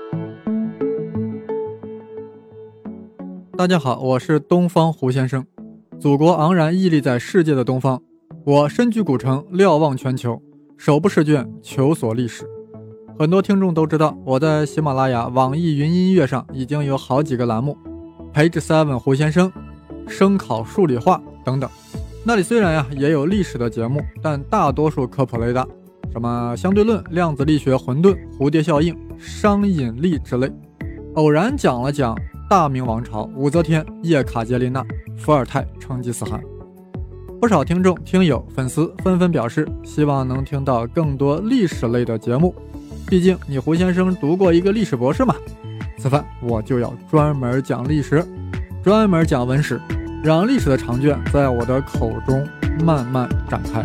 大家好，我是东方胡先生。祖国昂然屹立在世界的东方，我身居古城，瞭望全球，手不释卷，求索历史。很多听众都知道，我在喜马拉雅、网易云音乐上已经有好几个栏目， Page 7胡先生、声考数理化等等。那里虽然也有历史的节目，但大多数科普类的，什么相对论、量子力学、混沌、蝴蝶效应、商引力之类。偶然讲了讲大明王朝、武则天、叶卡捷琳娜、伏尔泰、成吉思汗。不少听众、听友、粉丝纷纷表示希望能听到更多历史类的节目，毕竟你胡先生读过一个历史博士嘛。此番我就要专门讲历史，专门讲文史，让历史的长卷在我的口中慢慢展开。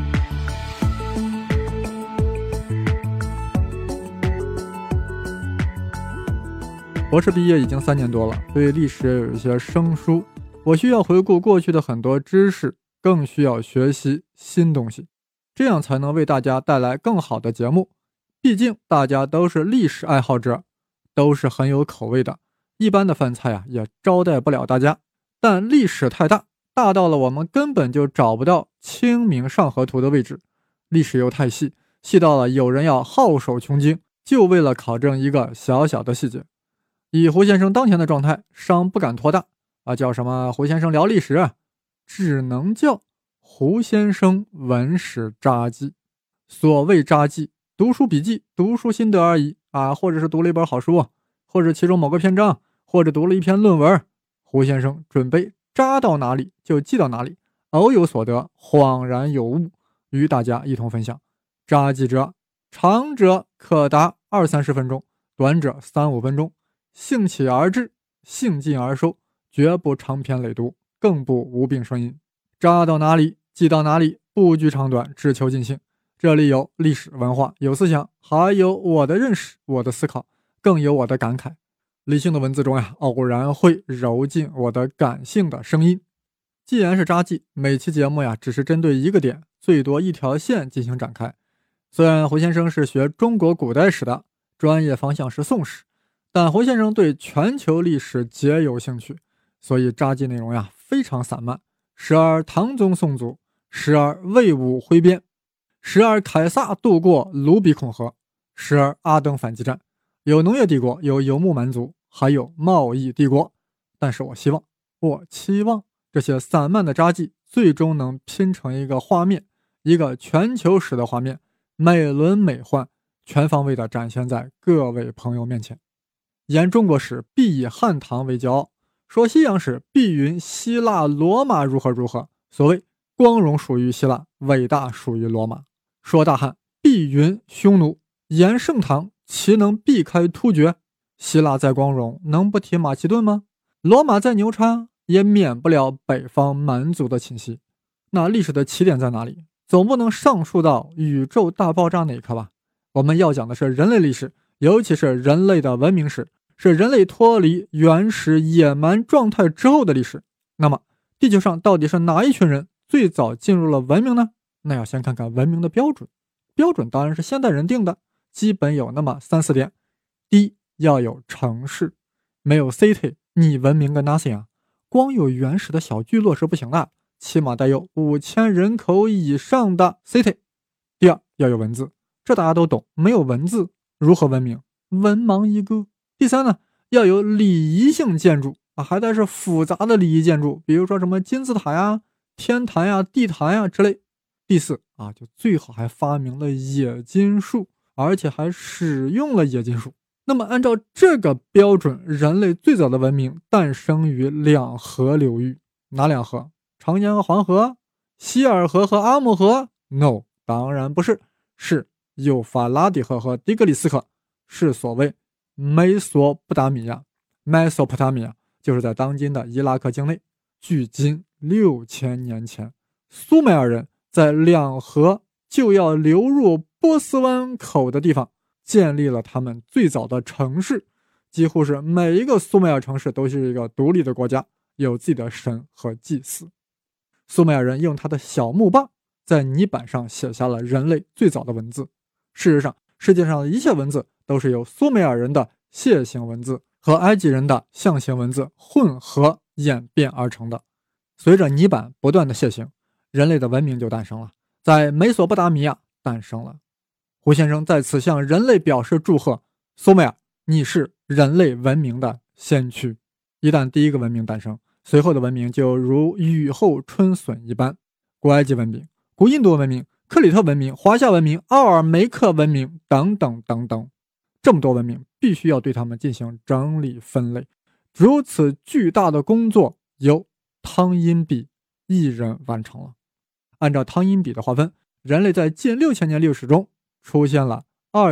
博士毕业已经3年多了，对历史有一些生疏，我需要回顾过去的很多知识，更需要学习新东西，这样才能为大家带来更好的节目。毕竟大家都是历史爱好者，都是很有口味的，一般的饭菜也招待不了大家。但历史太大，大到了我们根本就找不到清明上河图的位置，历史又太细，细到了有人要耗手穷经，就为了考证一个小小的细节。以胡先生当前的状态，伤不敢托大叫什么胡先生聊历史，只能叫胡先生文史札记。所谓札记，读书笔记、读书心得而已或者是读了一本好书，或者其中某个篇章，或者读了一篇论文，胡先生准备扎到哪里就记到哪里，偶有所得，恍然有悟，与大家一同分享。札记者，长者可达20-30分钟，短者3-5分钟，兴起而至，兴尽而收，绝不长篇累牍，更不无病呻吟。扎到哪里记到哪里，不拘长短，只求尽兴。这里有历史文化，有思想，还有我的认识，我的思考，更有我的感慨。理性的文字中偶然会揉进我的感性的声音。既然是札记，每期节目只是针对一个点，最多一条线进行展开。虽然胡先生是学中国古代史的，专业方向是宋史，但胡先生对全球历史皆有兴趣，所以札记内容非常散漫，时而唐宗宋祖，时而魏武挥鞭，时而凯撒渡过卢比孔河，时而阿登反击战，有农业帝国，有游牧蛮族，还有贸易帝国。但是我期望这些散漫的札记最终能拼成一个画面，一个全球史的画面，美轮美奂，全方位地展现在各位朋友面前。言中国史必以汉唐为骄傲，说西洋史必云希腊罗马如何如何，所谓光荣属于希腊，伟大属于罗马。说大汉必云匈奴，言盛唐其能避开突厥？希腊再光荣，能不提马其顿吗？罗马再牛叉，也免不了北方蛮族的侵袭。那历史的起点在哪里？总不能上溯到宇宙大爆炸那一刻吧？我们要讲的是人类历史，尤其是人类的文明史，是人类脱离原始野蛮状态之后的历史。那么地球上到底是哪一群人最早进入了文明呢？那要先看看文明的标准。标准当然是现代人定的，基本有那么3-4点。第一，要有城市，没有 city 你文明个 nothing 光有原始的小聚落是不行的，起码得有5000人口以上的 city。 第二，要有文字，这大家都懂，没有文字如何文明？文盲一个。第三呢，要有礼仪性建筑还得是复杂的礼仪建筑，比如说什么金字塔天坛地坛之类。第四就最好还发明了冶金术，而且还使用了冶金术。那么按照这个标准，人类最早的文明诞生于2河流域。哪2河？长江和黄河？希尔河和阿姆河？ No， 当然不是，是幼发拉底河和底格里斯河，是所谓美索不达米亚。Mesopotamia 就是在当今的伊拉克境内。距今6000年前，苏美尔人在2河就要流入波斯湾口的地方建立了他们最早的城市，几乎是每一个苏美尔城市都是一个独立的国家，有自己的神和祭祀。苏美尔人用他的小木棒在泥板上写下了人类最早的文字。事实上，世界上的一切文字都是由苏美尔人的楔形文字和埃及人的象形文字混合演变而成的。随着泥板不断的楔形，人类的文明就诞生了，在美索不达米亚诞生了。胡先生在此向人类表示祝贺，苏美尔，你是人类文明的先驱。一旦第一个文明诞生，随后的文明就如雨后春笋一般。古埃及文明、古印度文明、克里特文明、华夏文明、奥尔梅克文明等等等等，这么多文明必须要对它们进行整理分类。如此巨大的工作由汤因比一人完成了。按照汤因比的划分，人类在近6000年历史中出现了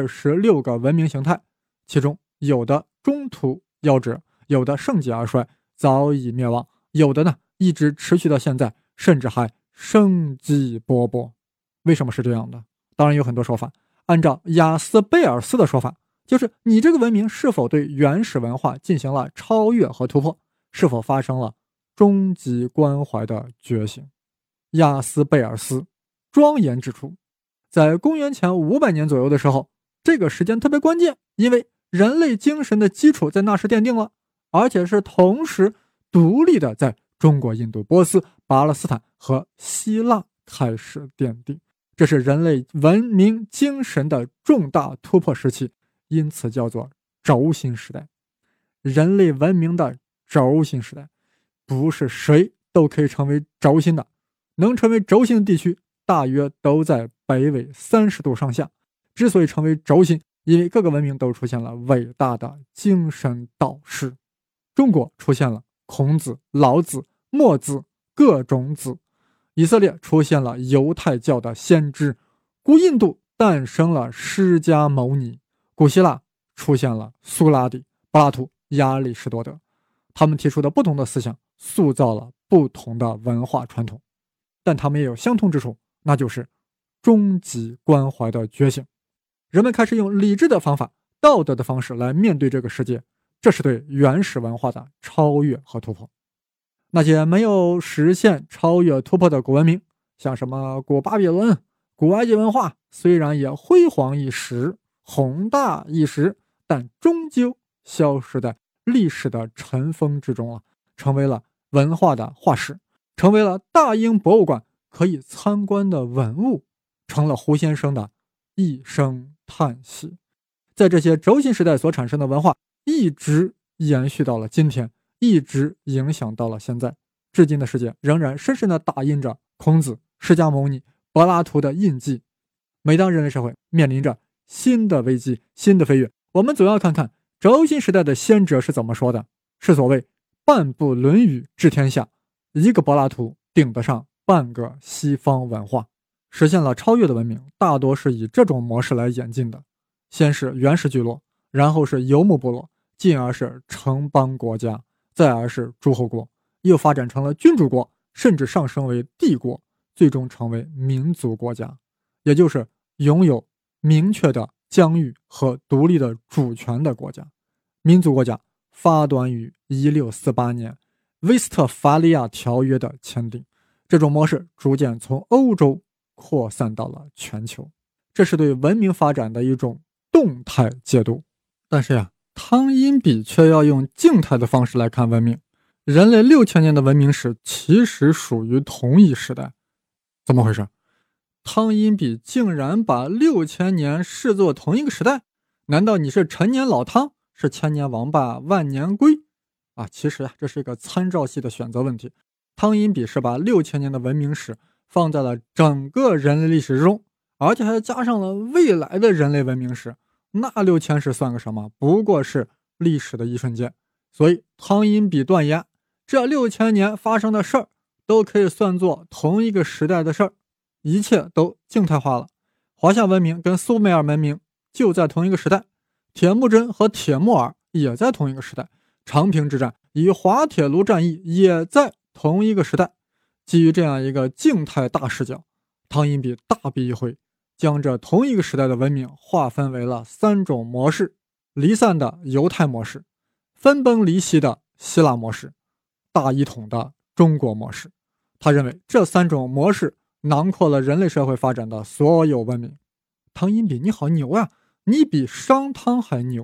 26个文明形态，其中有的中途夭折，有的盛极而衰，早已灭亡，有的呢一直持续到现在，甚至还生机勃勃。为什么是这样的？当然有很多说法。按照雅斯贝尔斯的说法，就是你这个文明是否对原始文化进行了超越和突破，是否发生了终极关怀的觉醒。雅斯贝尔斯庄严指出，在公元前500年左右的时候，这个时间特别关键，因为人类精神的基础在那时奠定了，而且是同时独立的在中国、印度、波斯、巴勒斯坦和希腊开始奠定。这是人类文明精神的重大突破时期，因此叫做轴心时代。人类文明的轴心时代，不是谁都可以成为轴心的，能成为轴心的地区大约都在北纬30度上下。之所以成为轴心，因为各个文明都出现了伟大的精神导师。中国出现了孔子、老子、墨子各种子，以色列出现了犹太教的先知，古印度诞生了释迦牟尼，古希腊出现了苏拉底、柏拉图、亚里士多德。他们提出的不同的思想塑造了不同的文化传统，但他们也有相同之处，那就是终极关怀的觉醒。人们开始用理智的方法、道德的方式来面对这个世界，这是对原始文化的超越和突破。那些没有实现超越突破的古文明，像什么古巴比伦、古埃及文化，虽然也辉煌一时、宏大一时，但终究消失在历史的尘封之中了，成为了文化的化石，成为了大英博物馆可以参观的文物，成了胡先生的一声叹息。在这些轴心时代所产生的文化一直延续到了今天，一直影响到了现在，至今的世界仍然深深地打印着孔子、释迦牟尼、柏拉图的印记。每当人类社会面临着新的危机、新的飞跃，我们总要看看轴心时代的先哲是怎么说的，是所谓半部论语治天下，一个柏拉图顶得上半个西方文化。实现了超越的文明大多是以这种模式来演进的，先是原始聚落，然后是游牧部落，进而是城邦国家，再而是诸侯国，又发展成了君主国，甚至上升为帝国，最终成为民族国家，也就是拥有明确的疆域和独立的主权的国家。民族国家发端于1648年威斯特伐利亚条约的签订，这种模式逐渐从欧洲扩散到了全球，这是对文明发展的一种动态解读。但是呀，汤因比却要用静态的方式来看文明。人类6000年的文明史其实属于同一时代。怎么回事？汤因比竟然把6000年视作同一个时代？难道你是陈年老汤，是千年王八万年龟啊？其实这是一个参照系的选择问题。汤因比是把6000年的文明史放在了整个人类历史之中，而且还加上了未来的人类文明史。那6000是算个什么？不过是历史的一瞬间。所以汤因比断言，这6000年发生的事儿都可以算作同一个时代的事儿，一切都静态化了。华夏文明跟苏美尔文明就在同一个时代，铁木真和铁木儿也在同一个时代，长平之战与滑铁卢战役也在同一个时代。基于这样一个静态大视角，汤因比大笔一挥，将这同一个时代的文明划分为了3种模式：离散的犹太模式，分崩离析的希腊模式，大一统的中国模式。他认为这3种模式囊括了人类社会发展的所有文明。汤因比你好牛啊，你比商汤还牛，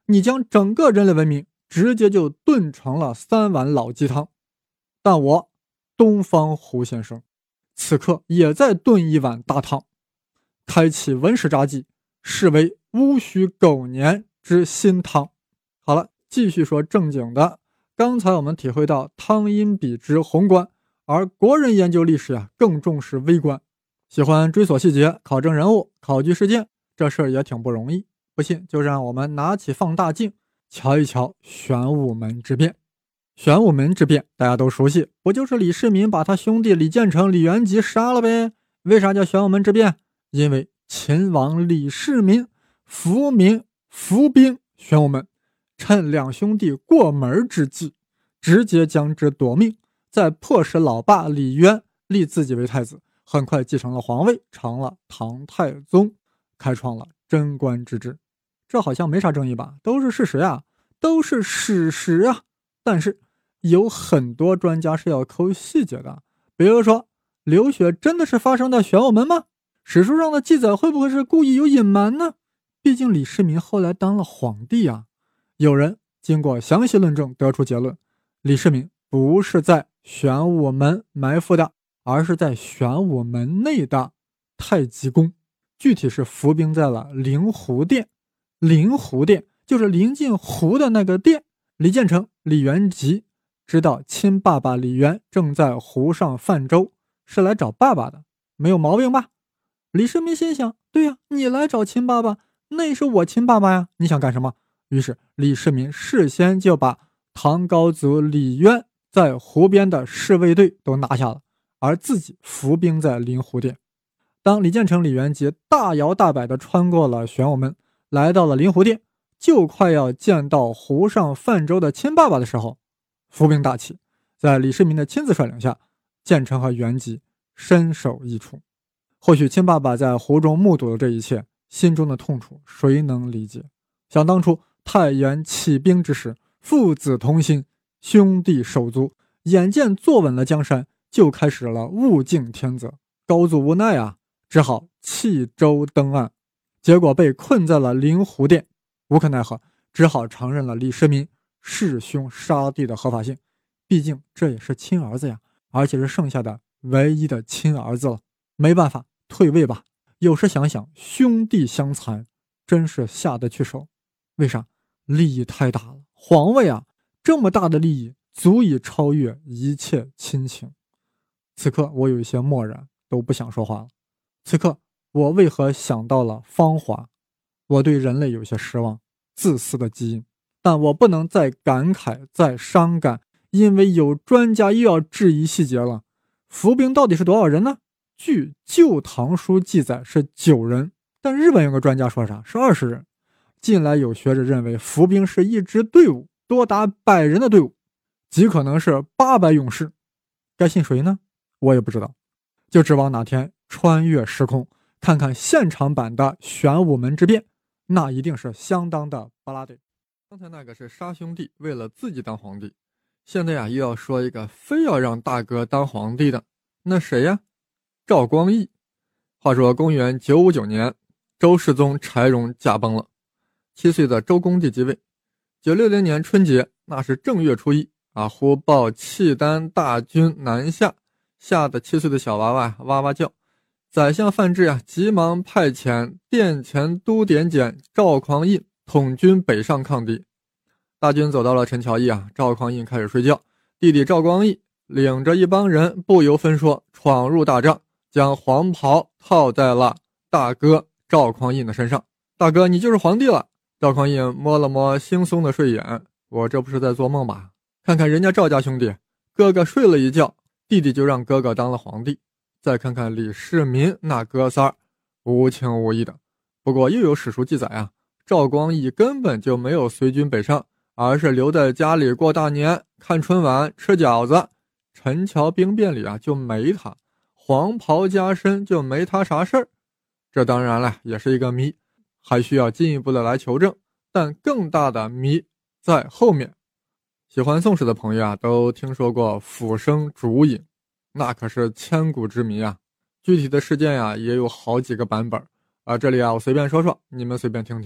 你将整个人类文明直接就炖成了3碗老鸡汤。但我东方胡先生此刻也在炖1碗大汤，开启文史札记，是为戊戌狗年之新汤。好了，继续说正经的。刚才我们体会到汤因比之宏观，而国人研究历史呀，更重视微观，喜欢追索细节，考证人物，考据事件，这事儿也挺不容易。不信就让我们拿起放大镜，瞧一瞧玄武门之变。玄武门之变大家都熟悉，不就是李世民把他兄弟李建成、李元吉杀了呗？为啥叫玄武门之变？因为秦王李世民伏兵玄武门，趁两兄弟过门之际，直接将之夺命，再迫使老爸李渊立自己为太子，很快继承了皇位，成了唐太宗，开创了贞观之治。这好像没啥争议吧？都是事实呀，都是史实啊。但是有很多专家是要抠细节的，比如说流血真的是发生在玄武门吗？史书上的记载会不会是故意有隐瞒呢？毕竟李世民后来当了皇帝啊。有人经过详细论证得出结论，李世民不是在玄武门埋伏的，而是在玄武门内的太极宫，具体是伏兵在了灵湖殿。灵湖殿就是临近湖的那个殿。李建成、李元吉知道亲爸爸李渊正在湖上泛舟，是来找爸爸的，没有毛病吧？李世民心想，对呀，你来找亲爸爸，那是我亲爸爸呀，你想干什么？于是李世民事先就把唐高祖李渊在湖边的侍卫队都拿下了，而自己伏兵在灵湖殿。当李建成、李元吉大摇大摆地穿过了玄武门，来到了灵湖殿，就快要见到湖上泛舟的亲爸爸的时候，伏兵大起，在李世民的亲自率领下，建成和元吉身首异处。或许亲爸爸在湖中目睹了这一切，心中的痛楚谁能理解？想当初太原起兵之时，父子同心，兄弟手足，眼见坐稳了江山，就开始了物竞天择。高祖无奈啊，只好弃舟登岸，结果被困在了灵湖殿，无可奈何，只好承认了李世民弑兄杀弟的合法性。毕竟这也是亲儿子呀，而且是剩下的唯一的亲儿子了，没办法，退位吧。有时想想，兄弟相残，真是下得去手。为啥？利益太大了，皇位啊，这么大的利益足以超越一切亲情。此刻我有一些漠然，都不想说话了。此刻我为何想到了芳华？我对人类有些失望，自私的基因。但我不能再感慨，再伤感，因为有专家又要质疑细节了。伏兵到底是多少人呢？据《旧唐书》记载是9人，但日本有个专家说啥？是20人。近来有学者认为伏兵是一支队伍，多达100人的队伍，极可能是800勇士。该信谁呢？我也不知道，就指望哪天穿越时空，看看现场版的玄武门之变，那一定是相当的巴拉得。刚才那个是杀兄弟为了自己当皇帝，现在呀又要说一个非要让大哥当皇帝的，那谁呀？赵光义。话说公元959年，周世宗柴荣驾崩了，7岁的周公帝即位。960年春节，那是正月初1啊，忽报契丹大军南下，吓得7岁的小娃娃哇哇叫。宰相范质急忙派遣殿前都点检赵匡胤统军北上抗敌。大军走到了陈桥驿赵匡胤开始睡觉，弟弟赵光义领着一帮人不由分说闯入大帐，将黄袍套在了大哥赵匡胤的身上。大哥，你就是皇帝了。赵匡胤摸了摸惺忪的睡眼，我这不是在做梦吧？看看人家赵家兄弟，哥哥睡了一觉，弟弟就让哥哥当了皇帝。再看看李世民那哥仨，无情无义的。不过又有史书记载赵光义根本就没有随军北上，而是留在家里过大年，看春晚，吃饺子。陈桥兵变里就没他，黄袍加身就没他啥事儿。这当然了，也是一个谜，还需要进一步的来求证。但更大的谜在后面。喜欢宋史的朋友都听说过釜生烛影，那可是千古之谜具体的事件也有好几个版本这里我随便说说，你们随便听听。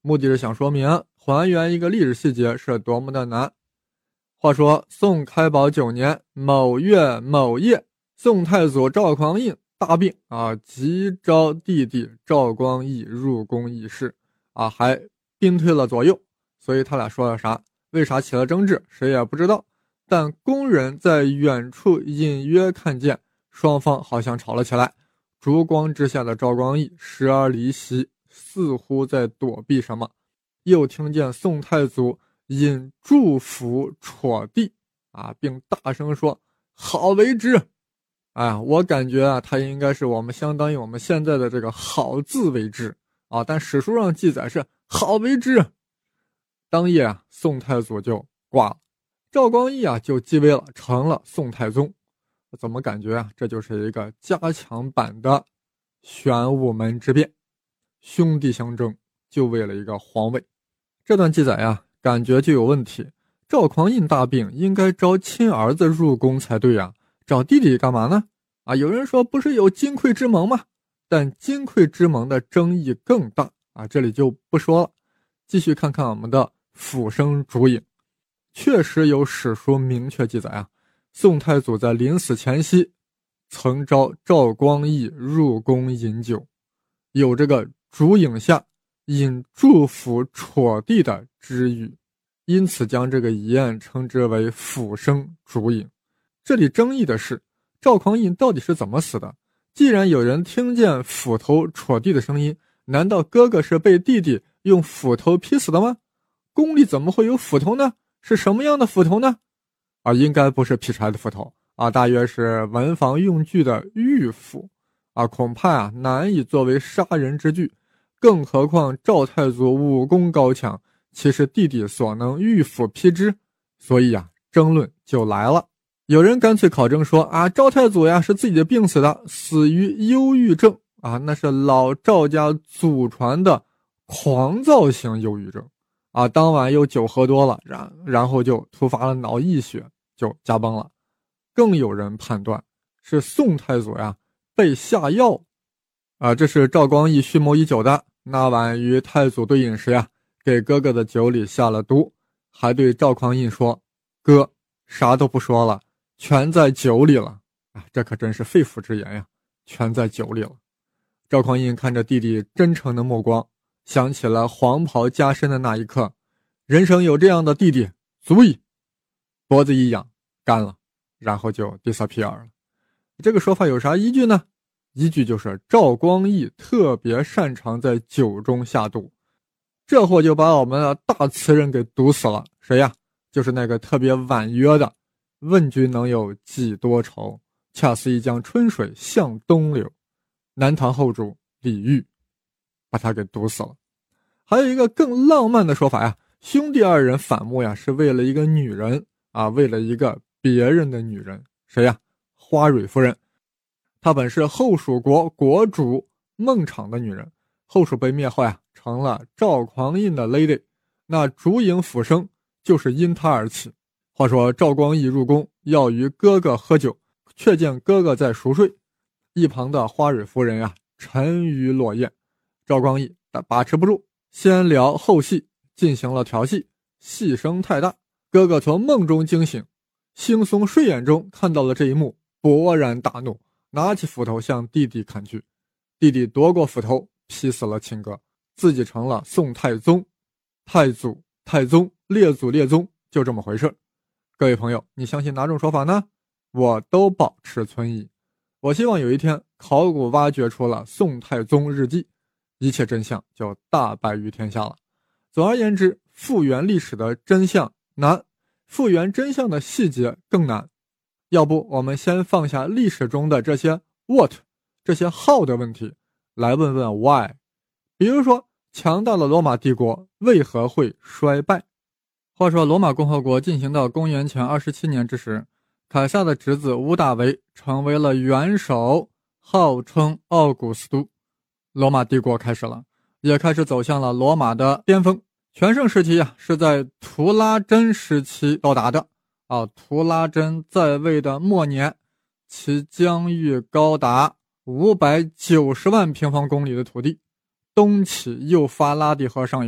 目的是想说明还原一个历史细节是多么的难。话说宋开宝9年某月某夜，宋太祖赵匡胤大病急召弟弟赵光义入宫议事还兵推了左右，所以他俩说了啥，为啥起了争执，谁也不知道。但宫人在远处隐约看见双方好像吵了起来，烛光之下的赵光义时而离席，似乎在躲避什么，又听见宋太祖引祝福戳地并大声说好为之。我感觉他应该是相当于我们现在的这个好自为之但史书上记载是好为之。当夜宋太祖就挂了，赵光义就继位了，成了宋太宗。怎么感觉这就是一个加强版的玄武门之变，兄弟相争就为了一个皇位。这段记载感觉就有问题。赵匡胤大病，应该招亲儿子入宫才对找弟弟干嘛呢？有人说不是有金匮之盟吗？但金匮之盟的争议更大这里就不说了。继续看看我们的辅生烛影，确实有史书明确记载宋太祖在临死前夕曾召赵光义入宫饮酒，有这个烛影下引祝福戳地的之语，因此将这个遗宴称之为辅生烛影。这里争议的是赵匡胤到底是怎么死的？既然有人听见斧头戳地的声音，难道哥哥是被弟弟用斧头劈死的吗？宫里怎么会有斧头呢？是什么样的斧头呢？应该不是劈柴的斧头大约是文房用具的玉斧恐怕难以作为杀人之具，更何况赵太祖武功高强，其实弟弟所能玉斧劈之，所以争论就来了。有人干脆考证说赵太祖是自己的病死的，死于忧郁症那是老赵家祖传的狂躁型忧郁症当晚又酒喝多了，然后就突发了脑溢血，就驾崩了。更有人判断是宋太祖被下药这是赵光义蓄谋已久的。那晚与太祖对饮时给哥哥的酒里下了毒，还对赵匡胤说，哥啥都不说了，全在酒里了这可真是肺腑之言全在酒里了。赵匡胤看着弟弟真诚的目光，想起了黄袍加身的那一刻，人生有这样的弟弟足矣，脖子一痒干了，然后就 disappear 了。这个说法有啥依据呢？依据就是赵光义特别擅长在酒中下毒，这货就把我们的大词人给毒死了。谁就是那个特别婉约的问君能有几多愁，恰似一江春水向东流，南唐后主李煜把他给毒死了。还有一个更浪漫的说法兄弟二人反目是为了一个女人为了一个别人的女人。谁花蕊夫人。她本是后蜀国国主孟昶的女人，后蜀被灭后成了赵匡胤的 lady， 那烛影辅生就是因她而起。话说赵光义入宫要与哥哥喝酒，却见哥哥在熟睡，一旁的花蕊夫人沉鱼落雁。赵光义把持不住，先聊后戏，进行了调戏，戏声太大，哥哥从梦中惊醒，惺忪睡眼中看到了这一幕，勃然大怒，拿起斧头向弟弟砍去。弟弟夺过斧头，劈死了亲哥，自己成了宋太宗。太祖、太宗、列祖、列宗，就这么回事。各位朋友，你相信哪种说法呢？我都保持存疑。我希望有一天考古挖掘出了宋太宗日记，一切真相就大白于天下了。总而言之，复原历史的真相难，复原真相的细节更难。要不我们先放下历史中的这些 what 这些 how 的问题，来问问 why。 比如说强大的罗马帝国为何会衰败。话说罗马共和国进行到公元前27年之时，凯撒的侄子屋大维成为了元首，号称奥古斯都。罗马帝国开始了，也开始走向了罗马的巅峰。全盛时期是在图拉真时期到达的图拉真在位的末年，其疆域高达590万平方公里的土地，东起幼发拉底河上游，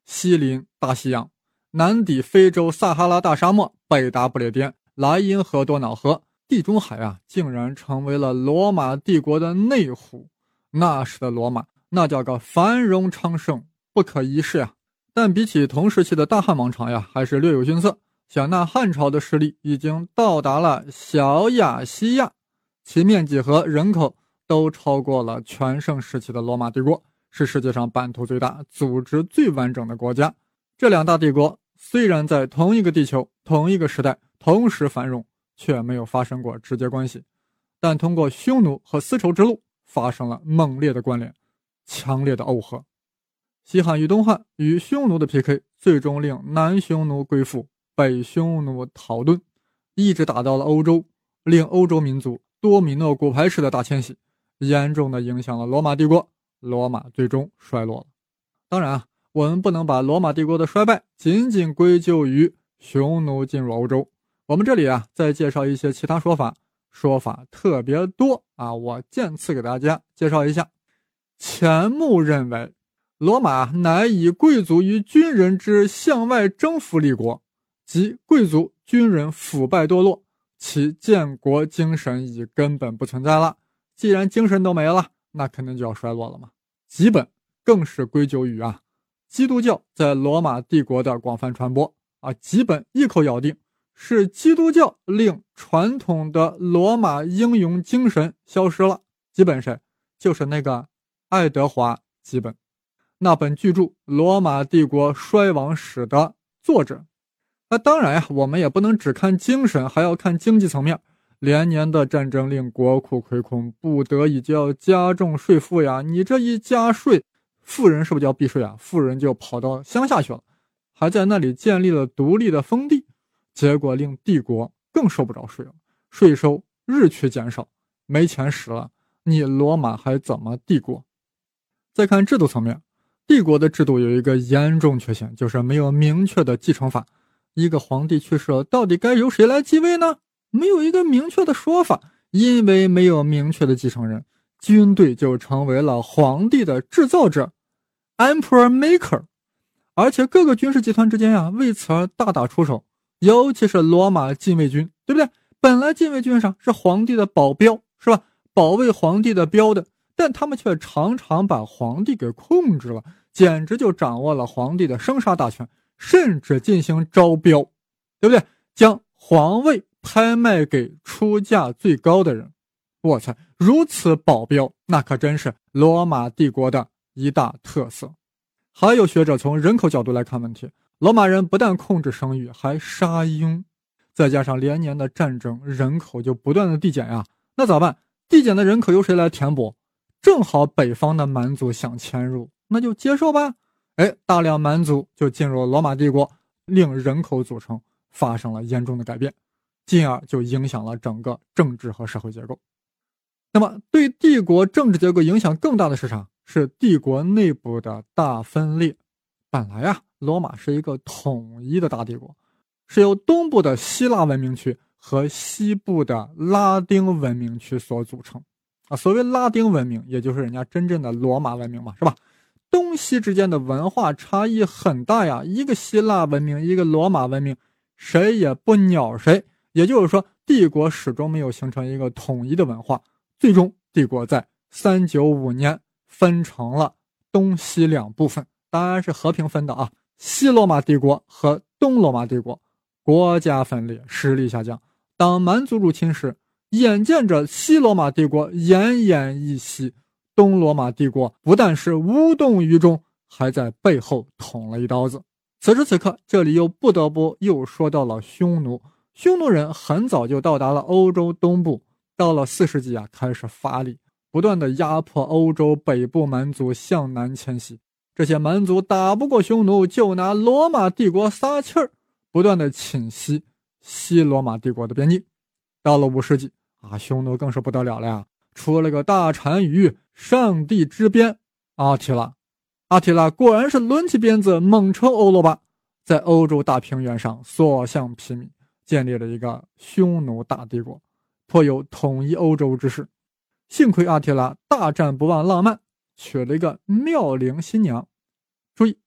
西临大西洋，南抵非洲撒哈拉大沙漠，北达不列颠、莱茵河、多瑙河，地中海啊，竟然成为了罗马帝国的内湖。那时的罗马，那叫个繁荣昌盛，不可一世呀。但比起同时期的大汉王朝呀，还是略有逊色。像那汉朝的势力已经到达了小亚细亚，其面积和人口都超过了全盛时期的罗马帝国，是世界上版图最大、组织最完整的国家。这两大帝国虽然在同一个地球、同一个时代同时繁荣，却没有发生过直接关系，但通过匈奴和丝绸之路发生了猛烈的关联，强烈的耦合。西汉与东汉与匈奴的 PK 最终令南匈奴归附，北匈奴逃遁，一直打到了欧洲，令欧洲民族多米诺骨牌式的大迁徙，严重的影响了罗马帝国，罗马最终衰落了。当然啊，我们不能把罗马帝国的衰败仅仅归咎于匈奴进入欧洲，我们这里啊再介绍一些其他说法，说法特别多啊，我渐次给大家介绍一下。钱穆认为，罗马乃以贵族与军人之向外征服立国，即贵族军人腐败堕落，其建国精神已根本不存在了。既然精神都没了，那肯定就要衰落了嘛。基本更是归咎于基督教在罗马帝国的广泛传播基本一口咬定是基督教令传统的罗马英勇精神消失了。基本谁？就是那个爱德华基本，那本巨著《罗马帝国衰亡史》的作者。当然呀，我们也不能只看精神，还要看经济层面。连年的战争令国库亏空，不得已就要加重税负呀。你这一加税，富人是不是就要避税啊？富人就跑到乡下去了，还在那里建立了独立的封地，结果令帝国更收不着税了，税收日趋减少，没钱使了，你罗马还怎么帝国？再看制度层面，帝国的制度有一个严重缺陷，就是没有明确的继承法。一个皇帝去世了，到底该由谁来继位呢？没有一个明确的说法，因为没有明确的继承人，军队就成为了皇帝的制造者 Emperor Maker， 而且各个军事集团之间为此而大打出手，尤其是罗马禁卫军，对不对？本来禁卫军上是皇帝的保镖，是吧？保卫皇帝的标的，但他们却常常把皇帝给控制了，简直就掌握了皇帝的生杀大权，甚至进行招标，对不对？将皇位拍卖给出价最高的人。我猜如此保镖，那可真是罗马帝国的一大特色。还有学者从人口角度来看问题，罗马人不但控制生育，还杀婴，再加上连年的战争，人口就不断的递减呀。那咋办？递减的人口由谁来填补？正好北方的蛮族想迁入，那就接受吧。大量蛮族就进入了罗马帝国，令人口组成发生了严重的改变，进而就影响了整个政治和社会结构。那么对帝国政治结构影响更大的是啥？是帝国内部的大分裂。本来罗马是一个统一的大帝国，是由东部的希腊文明区和西部的拉丁文明区所组成所谓拉丁文明，也就是人家真正的罗马文明嘛，是吧？东西之间的文化差异很大呀，一个希腊文明，一个罗马文明，谁也不鸟谁。也就是说，帝国始终没有形成一个统一的文化，最终帝国在395年分成了东西两部分，当然是和平分的西罗马帝国和东罗马帝国，国家分裂，实力下降。当蛮族入侵时，眼见着西罗马帝国奄奄一息，东罗马帝国不但是无动于衷，还在背后捅了一刀子。此时此刻，这里又不得不又说到了匈奴。匈奴人很早就到达了欧洲东部，到了4世纪开始发力，不断的压迫欧洲北部蛮族向南迁徙。这些蛮族打不过匈奴，就拿罗马帝国撒气儿，不断的侵袭西罗马帝国的边境。到了5世纪匈奴更是不得了了呀，出了个大单于上帝之鞭阿提拉。阿提拉果然是抡起鞭子猛抽欧罗巴，在欧洲大平原上所向披靡，建立了一个匈奴大帝国，颇有统一欧洲之势。幸亏阿提拉大战不忘浪漫，娶了一个妙龄新娘。注意，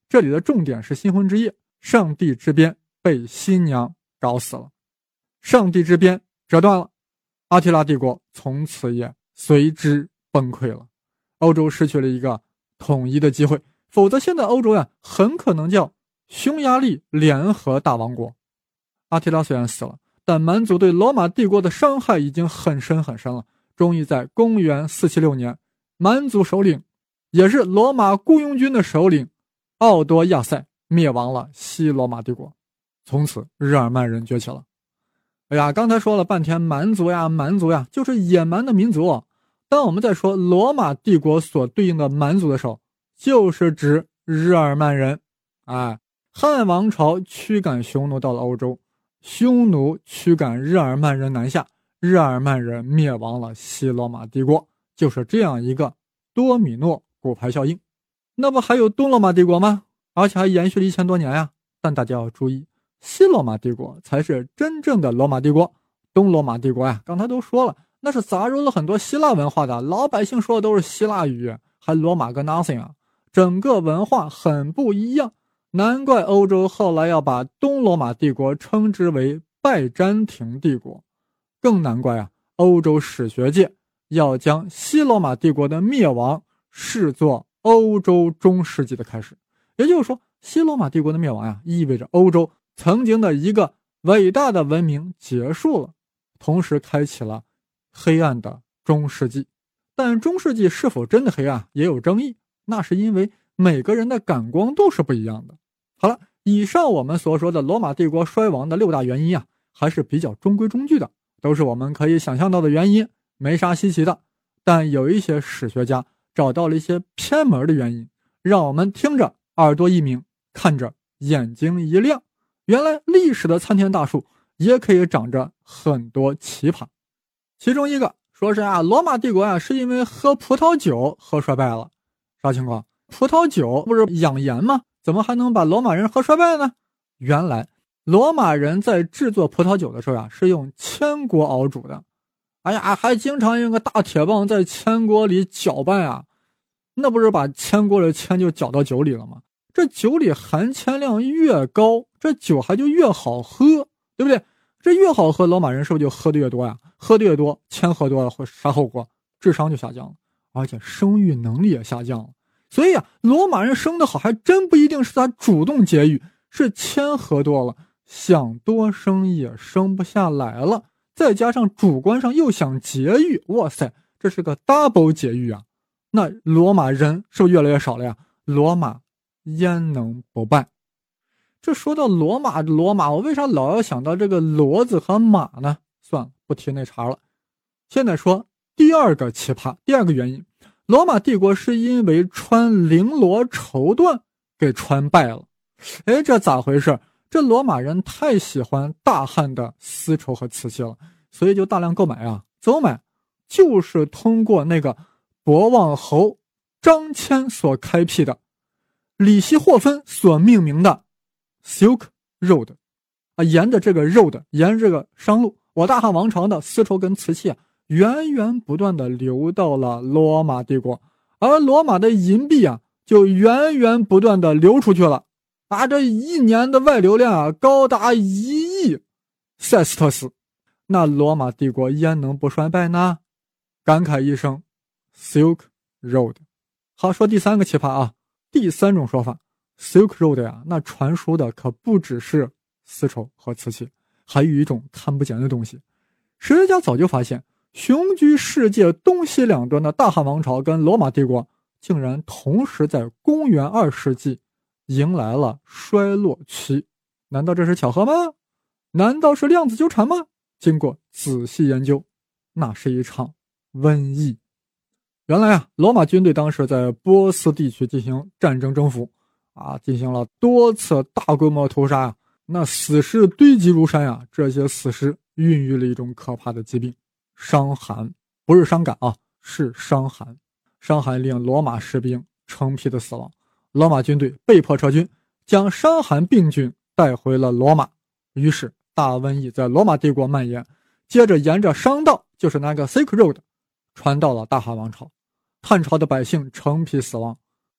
这里的重点是新婚之夜，上帝之鞭被新娘搞死了，上帝之鞭折断了，阿提拉帝国从此也随之崩溃了。欧洲失去了一个统一的机会，否则现在欧洲呀，很可能叫匈牙利联合大王国。阿提拉虽然死了，但蛮族对罗马帝国的伤害已经很深很深了。终于在公元476年，蛮族首领，也是罗马雇佣军的首领奥多亚塞灭亡了西罗马帝国，从此日耳曼人崛起了。哎呀，刚才说了半天蛮族呀，就是野蛮的民族。当我们在说罗马帝国所对应的蛮族的时候，就是指日耳曼人。汉王朝驱赶匈奴到了欧洲，匈奴驱赶日耳曼人南下，日耳曼人灭亡了西罗马帝国，就是这样一个多米诺骨牌效应。那不还有东罗马帝国吗？而且还延续了1000多年呀。但大家要注意，西罗马帝国才是真正的罗马帝国，东罗马帝国呀，刚才都说了，那是杂糅了很多希腊文化的，老百姓说的都是希腊语，还罗马个 nothing 啊，整个文化很不一样。难怪欧洲后来要把东罗马帝国称之为拜占庭帝国，更难怪啊，欧洲史学界要将西罗马帝国的灭亡视作欧洲中世纪的开始。也就是说，西罗马帝国的灭亡呀，意味着欧洲曾经的一个伟大的文明结束了，同时开启了黑暗的中世纪。但中世纪是否真的黑暗也有争议，那是因为每个人的感光度是不一样的。好了，以上我们所说的罗马帝国衰亡的6大原因啊，还是比较中规中矩的，都是我们可以想象到的原因，没啥稀奇的。但有一些史学家找到了一些偏门的原因，让我们听着耳朵一鸣，看着眼睛一亮。原来历史的参天大树也可以长着很多奇葩。其中一个说是罗马帝国是因为喝葡萄酒喝衰败了。啥情况？葡萄酒不是养颜吗？怎么还能把罗马人喝衰败呢？原来罗马人在制作葡萄酒的时候是用铅锅熬煮的。还经常用个大铁棒在铅锅里搅拌那不是把铅锅的铅就搅到酒里了吗？这酒里含铅量越高，这酒还就越好喝，对不对？这越好喝，罗马人是不是就喝的越多呀？喝的越多，铅喝多了会啥后果？智商就下降了，而且生育能力也下降了。所以罗马人生得好还真不一定是他主动节育，是铅喝多了，想多生也生不下来了，再加上主观上又想节育，哇塞，这是个 double 节育啊！那罗马人是不是越来越少了呀？罗马焉能不败？这说到罗马，我为啥老要想到这个骡子和马呢？算了，不提那茬了。现在说第二个奇葩，第二个原因，罗马帝国是因为穿绫罗绸缎给穿败了。这咋回事？这罗马人太喜欢大汉的丝绸和瓷器了，所以就大量购买怎么买？就是通过那个博望侯张骞所开辟的里希霍芬所命名的 Silk Road 沿着这个 road， 沿着这个商路，我大汉王朝的丝绸跟瓷器源源不断的流到了罗马帝国，而罗马的银币就源源不断的流出去了这一年的外流量高达1亿塞斯特斯。那罗马帝国焉能不衰败呢？感慨一声 Silk Road。 好，说第三个奇葩第三种说法， Silk Road 那传输的可不只是丝绸和瓷器，还有一种看不见的东西。史学家早就发现，雄居世界东西两端的大汉王朝跟罗马帝国竟然同时在公元2世纪迎来了衰落期。难道这是巧合吗？难道是量子纠缠吗？经过仔细研究，那是一场瘟疫。原来罗马军队当时在波斯地区进行战争征服进行了多次大规模屠杀那死尸堆积如山这些死尸孕育了一种可怕的疾病，伤寒。不是伤感是伤寒。伤寒令罗马士兵成批的死亡，罗马军队被迫撤军，将伤寒病菌带回了罗马。于是大瘟疫在罗马帝国蔓延，接着沿着商道，就是那个 Silk Road 传到了大汉王朝。汉朝的百姓成批死亡，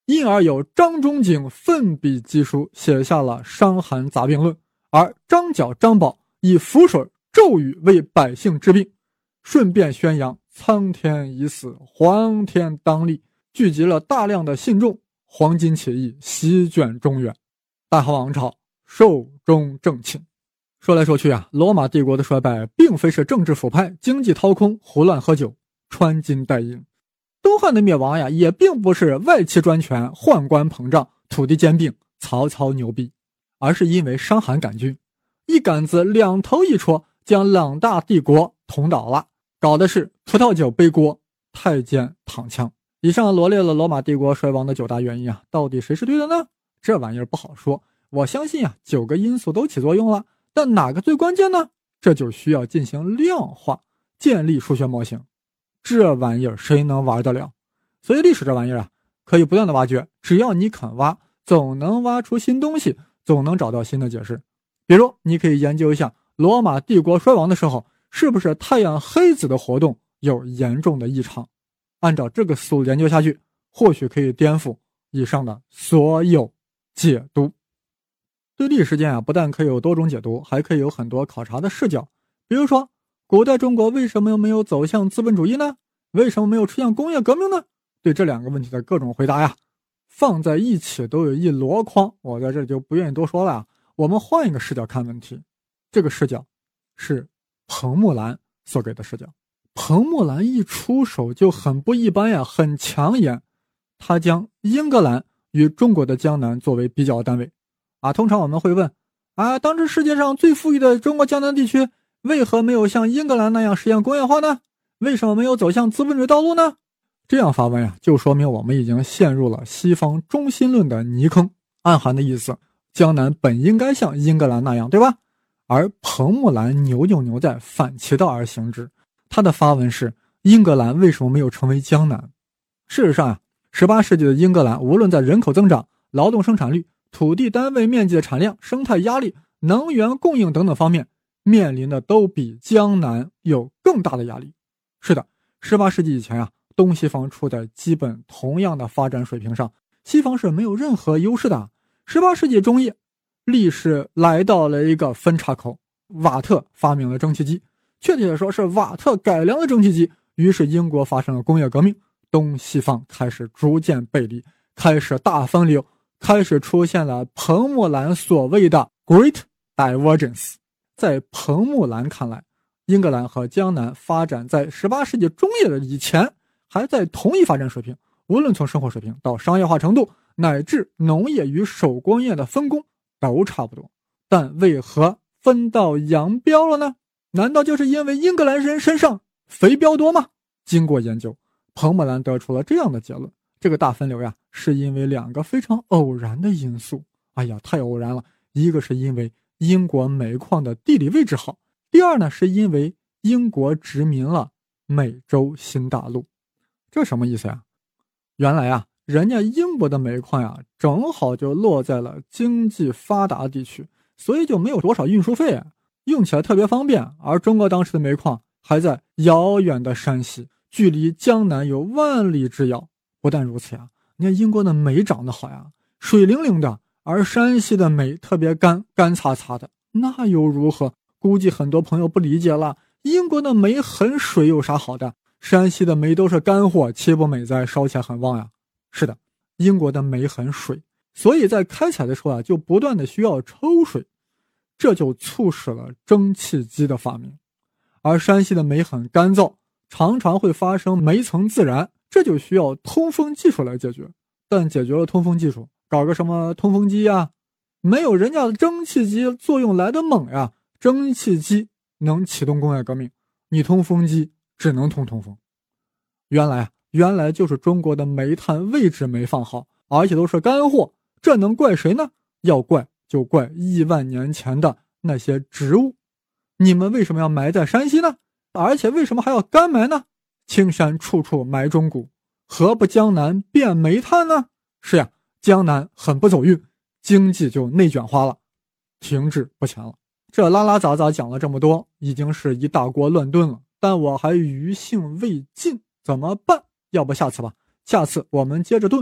因而有张仲景奋笔疾书，写下了《伤寒杂病论》，而张角、张宝以符水咒语为百姓治病，顺便宣扬苍天已死，黄天当立，聚集了大量的信众，黄巾起义席卷中原，大汉王朝寿终正寝。说来说去啊，罗马帝国的衰败并非是政治腐败、经济掏空、胡乱喝酒、穿金戴银。东汉的灭亡呀，也并不是外戚专权、宦官膨胀、土地兼并、曹操牛逼，而是因为伤寒杆菌，一杆子两头一戳，将两大帝国捅倒了，搞的是葡萄酒背锅，太监躺枪。以上罗列了罗马帝国衰亡的9大原因啊，到底谁是对的呢？这玩意儿不好说，我相信啊，9个因素都起作用了，但哪个最关键呢？这就需要进行量化，建立数学模型。这玩意儿谁能玩得了？所以历史这玩意儿啊，可以不断的挖掘，只要你肯挖，总能挖出新东西，总能找到新的解释。比如你可以研究一下罗马帝国衰亡的时候，是不是太阳黑子的活动有严重的异常，按照这个思路研究下去，或许可以颠覆以上的所有解读。对历史事件啊，不但可以有多种解读，还可以有很多考察的视角。比如说古代中国为什么没有走向资本主义呢？为什么没有出现工业革命呢？对这2个问题的各种回答呀，放在一起都有一箩筐，我在这里就不愿意多说了啊。我们换一个视角看问题，这个视角是彭木兰所给的视角。彭木兰一出手就很不一般呀，很抢眼。他将英格兰与中国的江南作为比较单位啊。通常我们会问啊，当时世界上最富裕的中国江南地区为何没有像英格兰那样实现工业化呢？为什么没有走向资本主义道路呢？这样发问呀，就说明我们已经陷入了西方中心论的泥坑，暗含的意思，江南本应该像英格兰那样，对吧？而彭木兰牛就牛在反其道而行之，他的发问是英格兰为什么没有成为江南？事实上啊，18世纪的英格兰无论在人口增长、劳动生产率、土地单位面积的产量、生态压力、能源供应等等方面，面临的都比江南有更大的压力。是的，18世纪以前啊，东西方处在基本同样的发展水平上，西方是没有任何优势的。18世纪中叶，历史来到了一个分岔口，瓦特发明了蒸汽机，确切地说是瓦特改良了蒸汽机，于是英国发生了工业革命，东西方开始逐渐背离，开始大分流，开始出现了彭木兰所谓的 Great Divergence。 在彭木兰看来，英格兰和江南发展在18世纪中叶的以前还在同一发展水平，无论从生活水平到商业化程度，乃至农业与手工业的分工都差不多。但为何分道扬镳了呢？难道就是因为英格兰人身上肥膘多吗？经过研究，彭木兰得出了这样的结论，这个大分流呀，是因为2个非常偶然的因素。哎呀，太偶然了。一个是因为英国煤矿的地理位置好，第二呢，是因为英国殖民了美洲新大陆。这什么意思呀？原来啊，人家英国的煤矿呀，正好就落在了经济发达地区，所以就没有多少运输费啊，用起来特别方便。而中国当时的煤矿还在遥远的山西，距离江南有万里之遥。不但如此呀，你看英国的煤长得好呀，水灵灵的，而山西的煤特别干，干擦擦的，那又如何？估计很多朋友不理解了，英国的煤很水有啥好的？山西的煤都是干货，岂不美哉，烧起来很旺呀。是的，英国的煤很水，所以在开采的时候啊，就不断的需要抽水，这就促使了蒸汽机的发明。而山西的煤很干燥，常常会发生煤层自燃，这就需要通风技术来解决。但解决了通风技术，搞个什么通风机呀，没有人家的蒸汽机作用来得猛呀。蒸汽机能启动工业革命，你通风机只能通风。原来就是中国的煤炭位置没放好，而且都是干货，这能怪谁呢？要怪就怪亿万年前的那些植物。你们为什么要埋在山西呢？而且为什么还要干埋呢？青山处处埋忠骨，何不江南变煤炭呢？是呀，江南很不走运，经济就内卷化了，停滞不前了。这拉拉杂杂讲了这么多，已经是一大锅乱炖了，但我还余兴未尽，怎么办？要不下次吧，下次我们接着炖，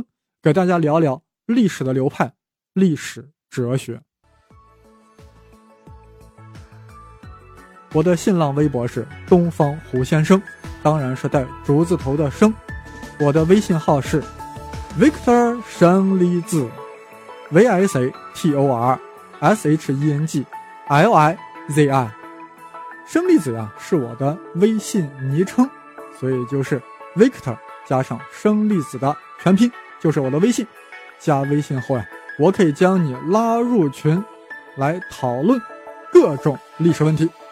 给大家聊聊历史的流派、历史哲学。我的新浪微博是东方胡先生，当然是带竹字头的生。我的微信号是 Victor 生力字 VICTOR SHENGLIZI。 生力子呀是我的微信昵称，所以就是 Victor 加上生力子的全拼，就是我的微信。加微信后呀，我可以将你拉入群来讨论各种历史问题。